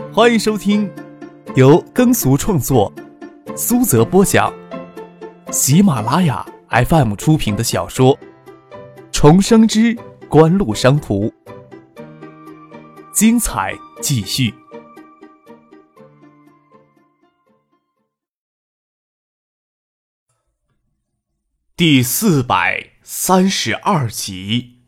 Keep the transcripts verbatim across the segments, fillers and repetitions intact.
欢迎收听由耕俗创作、苏泽播讲、喜马拉雅 F M 出品的小说《重生之官路商途》，精彩继续。第四百三十二集。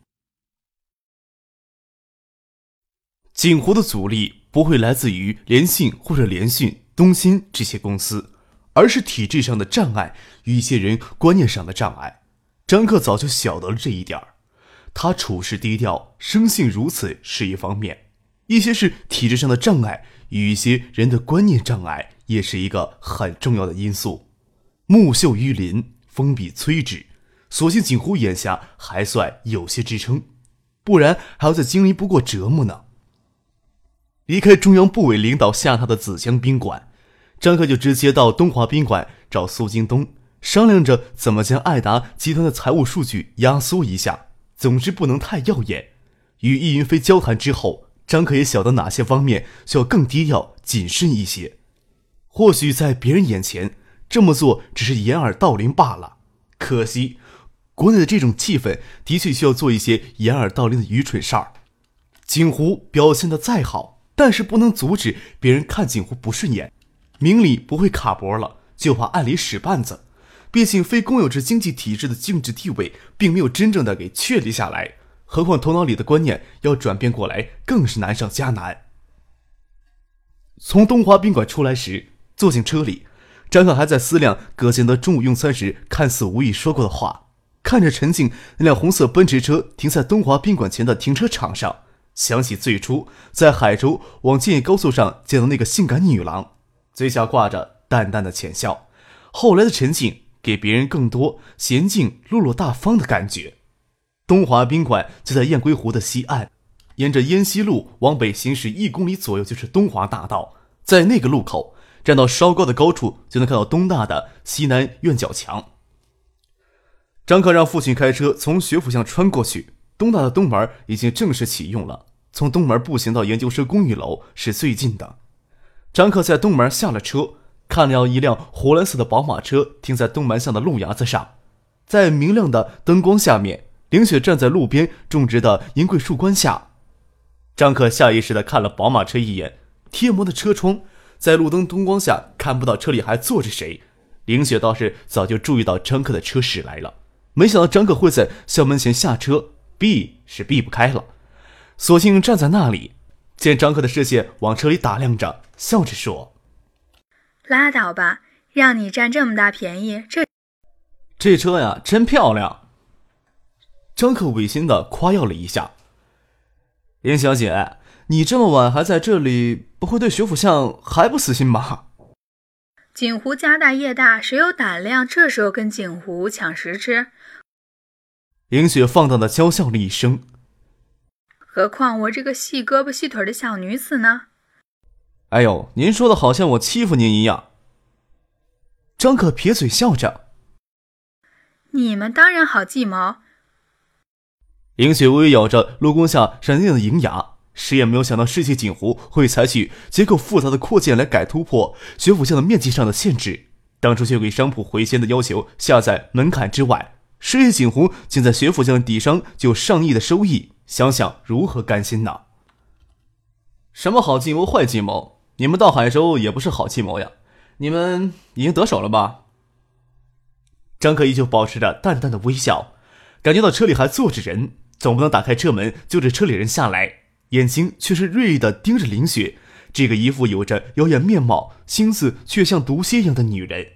锦湖的阻力不会来自于联信或者联讯、东芯这些公司，而是体制上的障碍与一些人观念上的障碍。张克早就晓得了这一点，他处事低调，生性如此是一方面，一些是体制上的障碍与一些人的观念障碍也是一个很重要的因素。木秀于林，风必摧之，所幸锦湖眼下还算有些支撑，不然还要再经历不过折磨呢。离开中央部委领导下榻的紫江宾馆，张克就直接到东华宾馆找苏京东，商量着怎么将爱达集团的财务数据压缩一下，总之不能太耀眼。与易云飞交谈之后，张克也晓得哪些方面需要更低调谨慎一些。或许在别人眼前这么做只是掩耳盗铃罢了，可惜国内的这种气氛的确需要做一些掩耳盗铃的愚蠢事儿。锦湖表现得再好，但是不能阻止别人看锦湖不顺眼，明里不会卡脖了，就怕暗里使绊子。毕竟非公有制经济体制的政治地位并没有真正的给确立下来，何况头脑里的观念要转变过来更是难上加难。从东华宾馆出来时，坐进车里，张克还在思量葛建德中午用餐时看似无意说过的话，看着陈静那辆红色奔驰车停在东华宾馆前的停车场上，想起最初在海州往建业高速上见到那个性感女郎，嘴角挂着淡淡的浅笑。后来的陈静给别人更多娴静落落大方的感觉。东华宾馆就在雁归湖的西岸，沿着烟溪路往北行驶一公里左右就是东华大道，在那个路口站到稍高的高处就能看到东大的西南院角墙。张克让父亲开车从学府巷穿过去，东大的东门已经正式启用了，从东门步行到研究生公寓楼是最近的。张克在东门下了车，看到一辆火蓝色的宝马车停在东门巷的路牙子上，在明亮的灯光下面，凌雪站在路边种植的银桂树冠下。张克下意识地看了宝马车一眼，贴膜的车窗在路灯灯光下看不到车里还坐着谁，凌雪倒是早就注意到张克的车驶来了，没想到张克会在校门前下车，避是避不开了，索性站在那里，见张克的视线往车里打量着，笑着说： 拉倒吧，让你占这么大便宜，这这车呀真漂亮。张克违心地夸耀了一下。林小姐，你这么晚还在这里，不会对学府巷还不死心吧？ 锦湖家大业大，谁有胆量这时候跟锦湖抢食吃？ 凌雪放荡地娇笑了一声。 何况我这个细胳膊细腿的小女子呢？ 哎呦，您说的好像我欺负您一样。张可撇嘴笑着。 你们当然好计谋。 凌雪微微咬着陆光下闪电的银牙，谁也没有想到世纪锦湖会采取结构复杂的扩建来改突破学府巷的面积上的限制，当初就给商铺回迁的要求下在门槛之外，世纪锦湖仅在学府巷底商就上亿的收益，想想如何甘心呢？什么好计谋坏计谋，你们到海州也不是好计谋呀，你们已经得手了吧？张克依旧保持着淡淡的微笑，感觉到车里还坐着人，总不能打开车门就着车里人下来，眼睛却是锐利地盯着林雪，这个一副有着妖艳面貌，心思却像毒蝎一样的女人。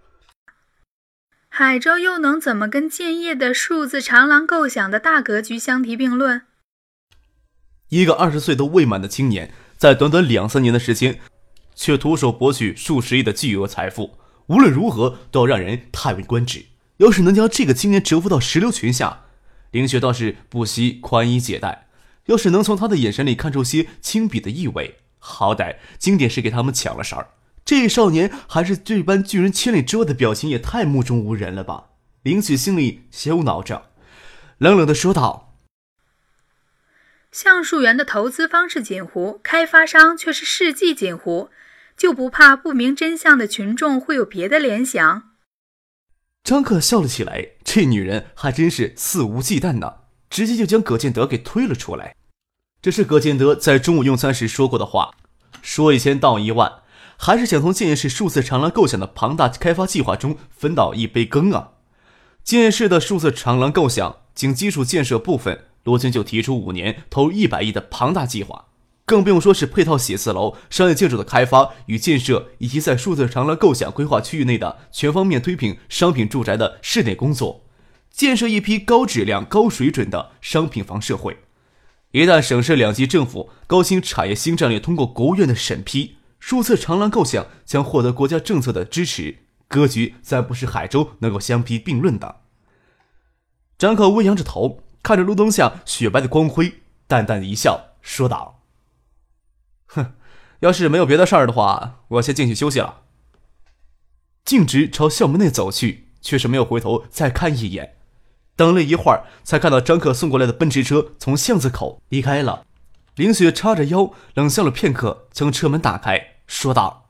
海州又能怎么跟建业的数字长廊构想的大格局相提并论？ 一个二十岁都未满的青年，在短短两三年的时间，却徒手博取数十亿的巨额财富，无论如何都要让人叹为观止。要是能将这个青年折服到石榴裙下，凌雪倒是不惜宽衣解带。要是能从他的眼神里看出些轻鄙的意味，好歹经典是给他们抢了色儿。这少年还是这般拒人千里之外的表情，也太目中无人了吧？凌雪心里羞恼着，冷冷地说道： 橡树园的投资方是锦湖，开发商却是世纪锦湖，就不怕不明真相的群众会有别的联想？ 张克笑了起来，这女人还真是肆无忌惮呢，直接就将葛建德给推了出来。这是葛建德在中午用餐时说过的话，说一千道一万，还是想从建业市数字长廊构想的庞大开发计划中分到一杯羹啊！建业市的数字长廊构想，仅基础建设部分，罗军就提出五年投入一百亿的庞大计划，更不用说是配套写字楼、商业建筑的开发与建设，以及在数字长廊构想规划区域内的全方面推平商品住宅的室内工作，建设一批高质量、高水准的商品房社会。一旦省市两级政府高新产业新战略通过国务院的审批，数字长廊构想将获得国家政策的支持，格局再不是海州能够相提并论的。张克微扬着头，看着路灯下雪白的光辉，淡淡的一笑，说道：哼，要是没有别的事儿的话，我先进去休息了。径直朝校门内走去，却是没有回头再看一眼。等了一会儿，才看到张克送过来的奔驰车从巷子口离开了。林雪叉着腰，冷笑了片刻，将车门打开，说道：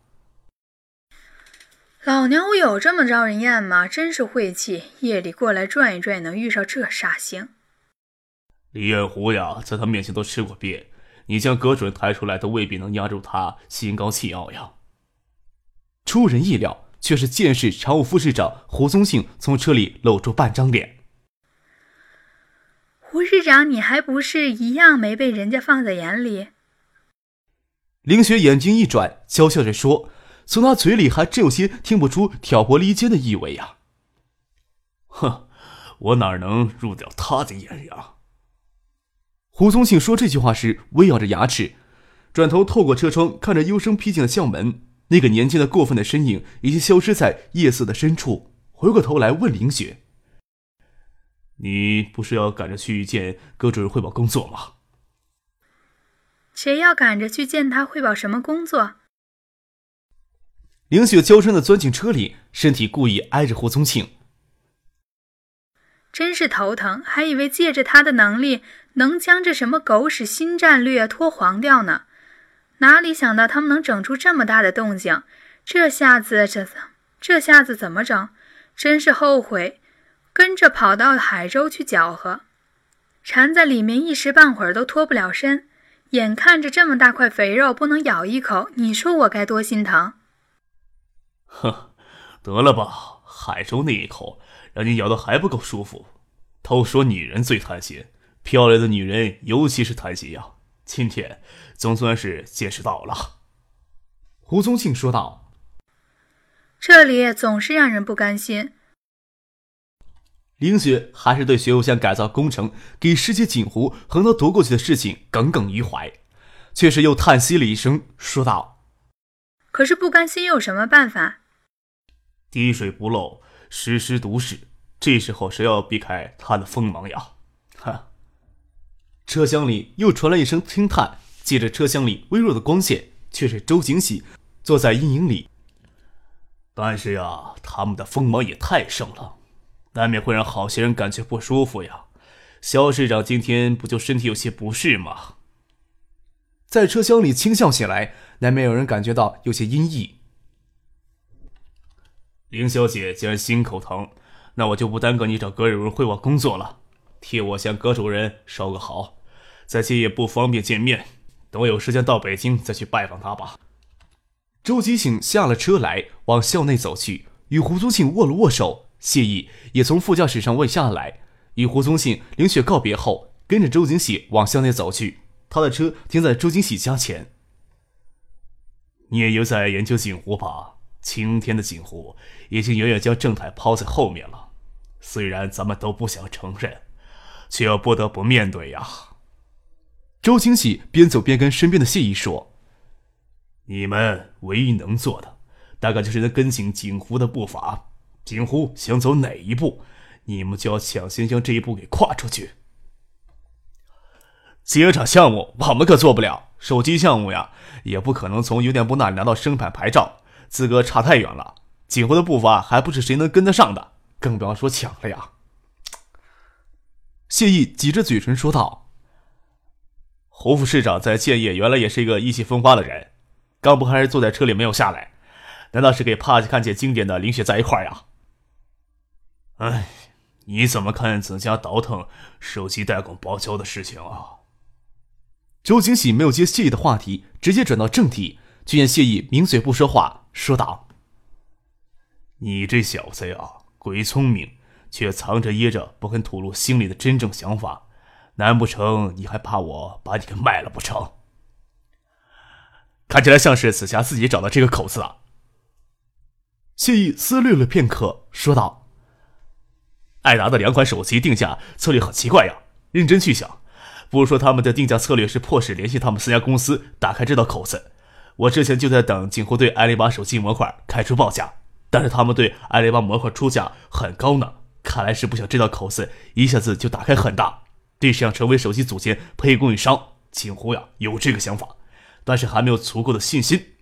老牛有这么招人厌吗？真是晦气，夜里过来转一转也能遇上这煞星。 李彦湖呀，在他面前都吃过瘪，你将葛准抬出来都未必能压住他心高气傲呀。出人意料，却是建市常务副市长胡宗庆从车里露出半张脸。 胡市长，你还不是一样没被人家放在眼里？ 凌雪眼睛一转，娇笑着说，从他嘴里还真有些听不出挑拨离间的意味呀。哼，我哪能入掉他的眼呀？胡宗庆说这句话时微咬着牙齿，转头透过车窗看着幽声僻静的校门，那个年轻的过分的身影已经消失在夜色的深处，回过头来问凌雪：你不是要赶着去见葛主任汇报工作吗？ 谁要赶着去见他汇报什么工作？ 凌雪娇嗔地钻进车里，身体故意挨着胡宗庆。 真是头疼，还以为借着他的能力能将这什么狗屎新战略拖黄掉呢，哪里想到他们能整出这么大的动静，这下子这这下子怎么整？真是后悔跟着跑到海州去搅和，缠在里面一时半会儿都脱不了身，眼看着这么大块肥肉不能咬一口，你说我该多心疼？ 哼，得了吧，海州那一口让你咬得还不够舒服。都说女人最贪心，漂亮的女人尤其是贪心呀。今天总算是见识到了。胡宗庆说道： 这里总是让人不甘心。 凌雪还是对学务巷改造工程给世界锦湖横刀夺过去的事情耿耿于怀，却是又叹息了一声，说道： 可是不甘心有什么办法？ 滴水不漏，时时毒死，这时候谁要避开他的锋芒呀？哈！车厢里又传来一声轻叹，借着车厢里微弱的光线，却是周景喜坐在阴影里。但是呀，他们的锋芒也太盛了，难免会让好些人感觉不舒服呀。肖市长今天不就身体有些不适吗？在车厢里轻笑起来，难免有人感觉到有些阴翳。林小姐既然心口疼，那我就不耽搁你找葛主任汇报工作了，替我向葛主任捎个好。在今夜不方便见面，等我有时间到北京再去拜访他吧。周吉醒下了车来，往校内走去，与胡宗庆握了握手。谢意也从副驾驶上位下来，与胡宗庆、凌雪告别后，跟着周景喜往校内走去。他的车停在周景喜家前。你也有在研究锦湖吧？今天的锦湖已经远远将正态抛在后面了，虽然咱们都不想承认，却又不得不面对呀。周景喜边走边跟身边的谢意说：你们唯一能做的，大概就是能跟紧锦湖的步伐。锦湖想走哪一步，你们就要抢先将这一步给跨出去。机场项目我们可做不了，手机项目呀，也不可能从邮电部那里拿到生产牌照，资格差太远了。锦湖的步伐还不是谁能跟得上的，更不要说抢了呀。谢意挤着嘴唇说道： 侯副市长在建业原来也是一个意气风发的人，刚不还是坐在车里没有下来？难道是给帕看见经典的林雪在一块呀？哎，你怎么看怎家倒腾手机代工包销的事情啊？ 周景喜没有接谢意的话题，直接转到正题，就见谢意抿嘴不说话，说道： 你这小子呀，鬼聪明，却藏着掖着不肯吐露心里的真正想法，难不成你还怕我把你给卖了不成？看起来像是紫霞自己找到这个口子了。 谢意思虑了片刻，说道： 爱达的两款手机定价策略很奇怪呀，认真去想，不如说他们的定价策略是迫使联系他们四家公司打开这道口子。我之前就在等景湖对阿里巴巴手机模块开出报价，但是他们对阿里巴巴模块出价很高呢，看来是不想这道口子一下子就打开很大。对想成为手机组件配供应商，景湖呀有这个想法，但是还没有足够的信心。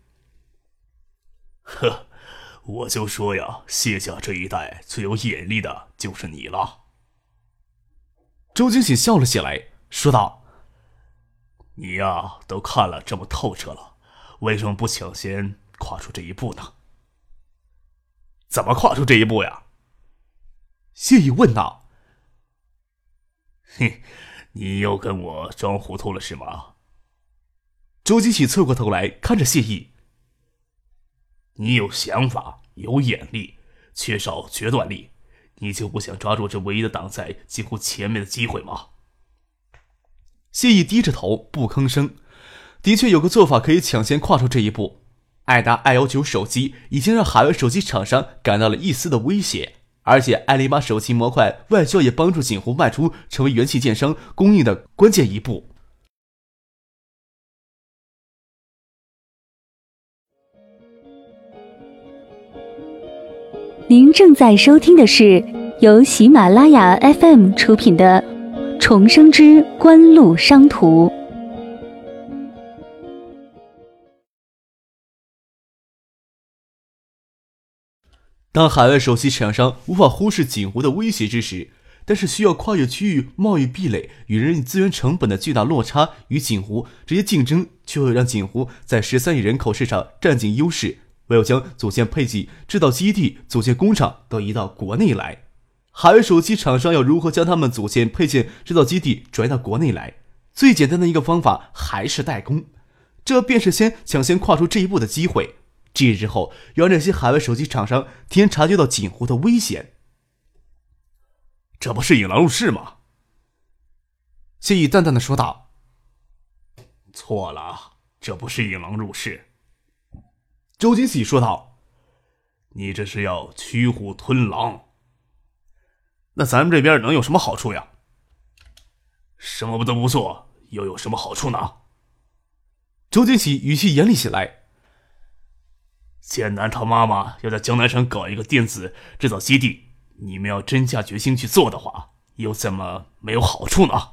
呵，我就说呀，谢家这一代最有眼力的就是你了。 周景喜笑了起来，说道： 你呀都看了这么透彻了，为什么不抢先跨出这一步呢？怎么跨出这一步呀？ 谢意问道。 哼，你又跟我装糊涂了是吗？ 周景喜侧过头来看着谢意。 你有想法，有眼力，缺少决断力，你就不想抓住这唯一的挡在几乎前面的机会吗？ 谢意低着头不吭声。的确有个做法可以抢先跨出这一步。爱达 i 幺九 手机已经让海外手机厂商感到了一丝的威胁，而且阿里巴巴手机模块外销也帮助景湖迈出成为元器件商供应的关键一步。 您正在收听的是由喜马拉雅 F M 出品的《重生之官路商途》。 当海外手机厂商无法忽视景湖的威胁之时，但是需要跨越区域贸易壁垒与人力资源成本的巨大落差与景湖直接竞争，却会让景湖在十三亿人口市场占尽优势，唯有将组件配给制造基地、组件工厂都移到国内来。海外手机厂商要如何将他们组件配件制造基地转移到国内来？最简单的一个方法还是代工，这便是先抢先跨出这一步的机会。这之后，要让这些海外手机厂商提前察觉到景湖的危险。 这不是引狼入室吗？ 谢意淡淡的说道。 错了，这不是引狼入室。 周景喜说道。 你这是要驱虎吞狼。那咱们这边能有什么好处呀？什么都不做，又有什么好处呢？ 周景喜语气严厉起来。 建南他妈妈要在江南省搞一个电子制造基地，你们要真下决心去做的话，又怎么没有好处呢？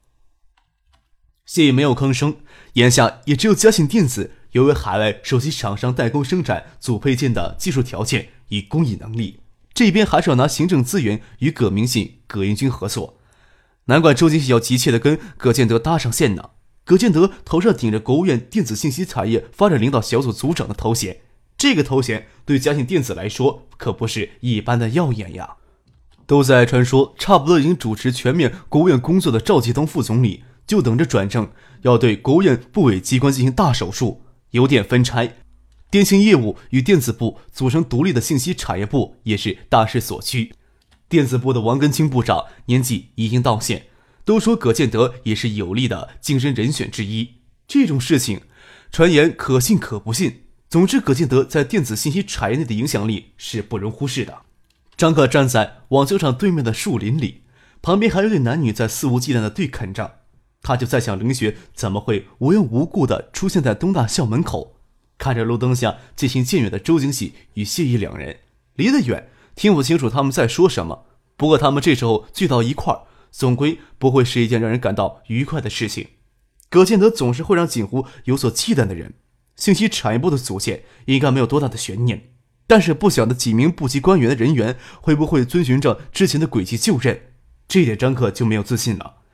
谢意没有吭声，眼下也只有嘉信电子有为海外手机厂商代工生产组配件的技术条件与工艺能力，这边还是要拿行政资源与葛明信、葛英军合作。难怪周景喜要急切地跟葛建德搭上线呢。葛建德头上顶着国务院电子信息产业发展领导小组组长的头衔，这个头衔对嘉信电子来说可不是一般的耀眼呀。都在传说差不多已经主持全面国务院工作的赵继东副总理，就等着转正，要对国务院部委机关进行大手术，邮电分拆，电信业务与电子部组成独立的信息产业部也是大势所趋。电子部的王根清部长年纪已经到线，都说葛建德也是有力的竞争人选之一。这种事情传言可信可不信，总之葛建德在电子信息产业内的影响力是不容忽视的。张克站在网球场对面的树林里，旁边还有对男女在肆无忌惮的对啃着，他就在想林雪怎么会无缘无故地出现在东大校门口，看着路灯下渐行渐远的周景喜与谢意两人，离得远听不清楚他们在说什么，不过他们这时候聚到一块儿，总归不会是一件让人感到愉快的事情。葛建德总是会让景湖有所忌惮的人，信息产业部的组建应该没有多大的悬念，但是不晓得几名部级官员的人员会不会遵循着之前的轨迹就任，这一点张克就没有自信了。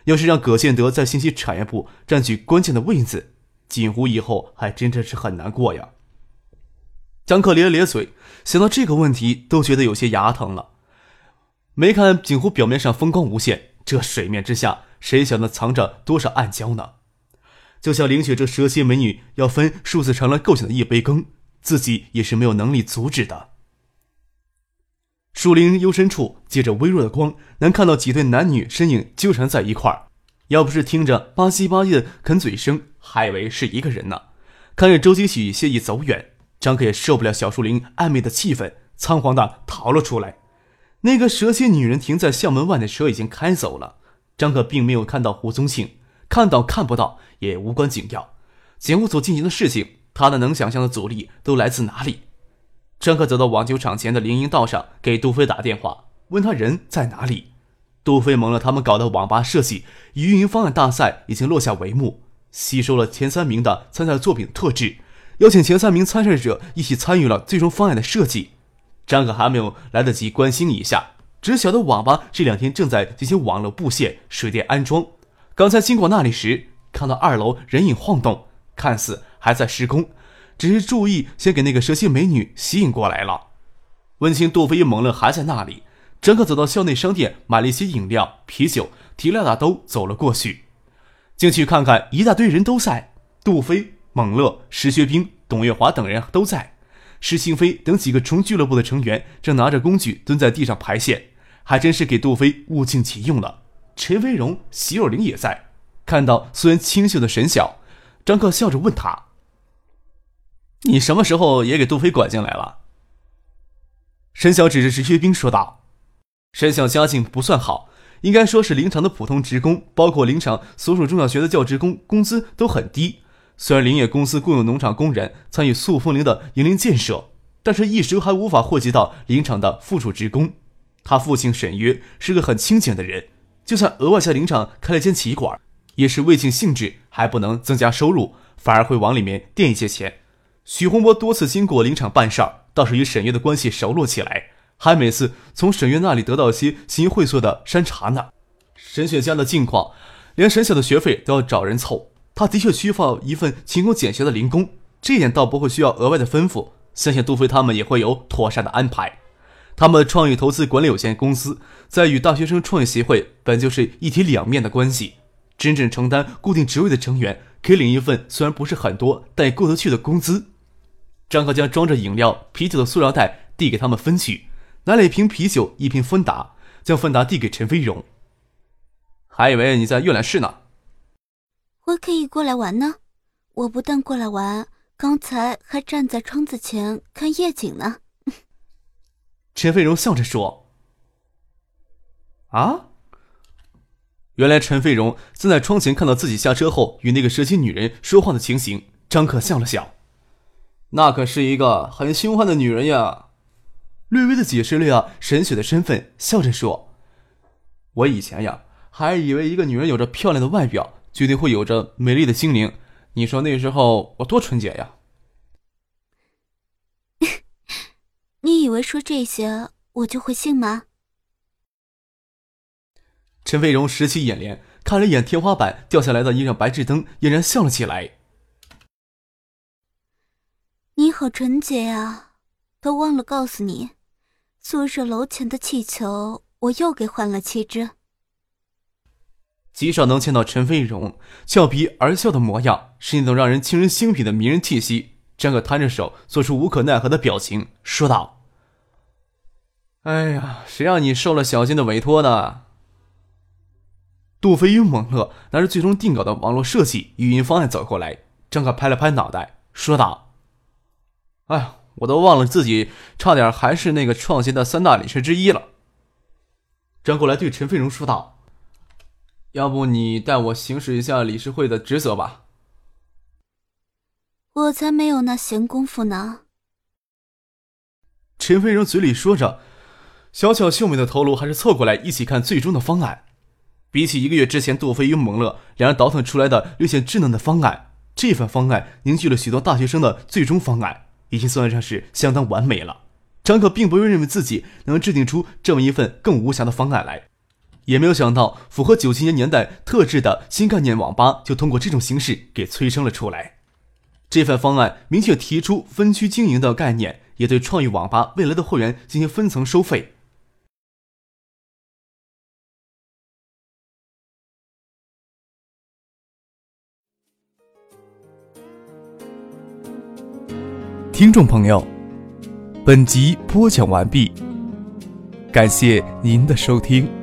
要是让葛建德在信息产业部占据关键的位子，锦湖以后还真的是很难过呀。张克咧了咧嘴，想到这个问题都觉得有些牙疼了。没看锦湖表面上风光无限，这水面之下谁晓得藏着多少暗礁呢？就像凌雪这蛇蝎美女要分数字长了构想的一杯羹，自己也是没有能力阻止的。树林幽深处，借着微弱的光，能看到几对男女身影纠缠在一块儿。要不是听着吧唧吧唧的啃嘴声，还以为是一个人呢。看着周吉许谢意走远，张克也受不了小树林暧昧的气氛，仓皇地逃了出来。那个蛇蝎女人停在校门外的车已经开走了，张克并没有看到胡宗庆，看到看不到也无关紧要。警务所进行的事情，他的能想象的阻力都来自哪里？张克走到网球场前的林荫道上，给杜飞打电话，问他人在哪里。杜飞蒙了他们搞的网吧设计与运营方案大赛已经落下帷幕，吸收了前三名的参赛作品的特质，邀请前三名参赛者一起参与了最终方案的设计。张克还没有来得及关心一下，只晓得网吧这两天正在进行网络布线、水电安装。刚才经过那里时，看到二楼人影晃动，看似还在施工，只是注意先给那个蛇蝎美女吸引过来了。问清杜飞与蒙勒还在那里，张克走到校内商店买了一些饮料、啤酒，提了大兜走了过去。进去看看，一大堆人都在，杜飞、蒙勒、石学兵、董月华等人都在。施清飞等几个虫俱乐部的成员正拿着工具蹲在地上排线，还真是给杜飞物尽其用了。陈飞荣、席若琳也在。看到虽然清秀的沈晓，张克笑着问他：“你什么时候也给杜飞拐进来了？”沈晓指着石学兵说道：“沈晓家境不算好，应该说是林场的普通职工，包括林场所属中小学的教职工，工资都很低。虽然林业公司雇佣农场工人参与素枫林的营林建设，但是一时还无法惠及到林场的附属职工。他父亲沈约是个很清闲的人，就算额外在林场开了间棋馆，也是未尽兴致，还不能增加收入，反而会往里面垫一些钱。许洪波多次经过林场办事儿，倒是与沈约的关系熟络起来，还每次从沈约那里得到一些新会所的山茶呢。沈雪家的境况，连沈晓的学费都要找人凑，他的确需要一份勤工俭学的零工，这一点倒不会需要额外的吩咐，相信杜飞他们也会有妥善的安排。他们创意投资管理有限公司在与大学生创业协会本就是一体两面的关系，真正承担固定职位的成员可以领一份虽然不是很多但也过得去的工资。张克将装着饮料、啤酒的塑料袋递给他们分去，拿了一瓶啤酒、一瓶芬达，将芬达递给陈飞荣。还以为你在阅览室呢。 我可以过来玩呢。我不但过来玩，刚才还站在窗子前看夜景呢。 陈飞荣笑着说：“啊？”原来陈飞荣站在窗前看到自己下车后与那个蛇蝎女人说话的情形，张克笑了笑。那可是一个很凶悍的女人呀。略微的解释了呀沈雪的身份，笑着说：“我以前呀还以为一个女人有着漂亮的外表，绝对会有着美丽的心灵。你说那时候我多纯洁呀。” 你以为说这些我就会信吗？ 陈飞荣拾起眼帘，看了一眼天花板掉下来的一盏白炽灯，俨然笑了起来。 你好纯洁呀，都忘了告诉你，宿舍楼前的气球我又给换了七只。 极少能见到陈飞荣俏皮而笑的模样，是那种让人沁人心脾的迷人气息。张克摊着手，做出无可奈何的表情，说道：“哎呀，谁让你受了小金的委托呢？”杜飞与蒙乐拿着最终定稿的网络设计语音方案走过来，张克拍了拍脑袋，说道：“哎呀，我都忘了自己差点还是那个创协的三大理事之一了。”转过来对陈飞荣说道：“要不你带我行使一下理事会的职责吧。” 我才没有那闲工夫呢。 陈飞荣嘴里说着，小巧秀美的头颅还是凑过来一起看最终的方案。比起一个月之前杜飞与蒙乐两人倒腾出来的略显稚嫩的方案，这份方案凝聚了许多大学生的最终方案，已经算得上是相当完美了。张克并不会认为自己能制定出这么一份更无瑕的方案来。 也没有想到符合九七年年代特质的新概念网吧就通过这种形式给催生了出来。这份方案明确提出分区经营的概念，也对创意网吧未来的会员进行分层收费。 听众朋友，本集播讲完毕，感谢您的收听。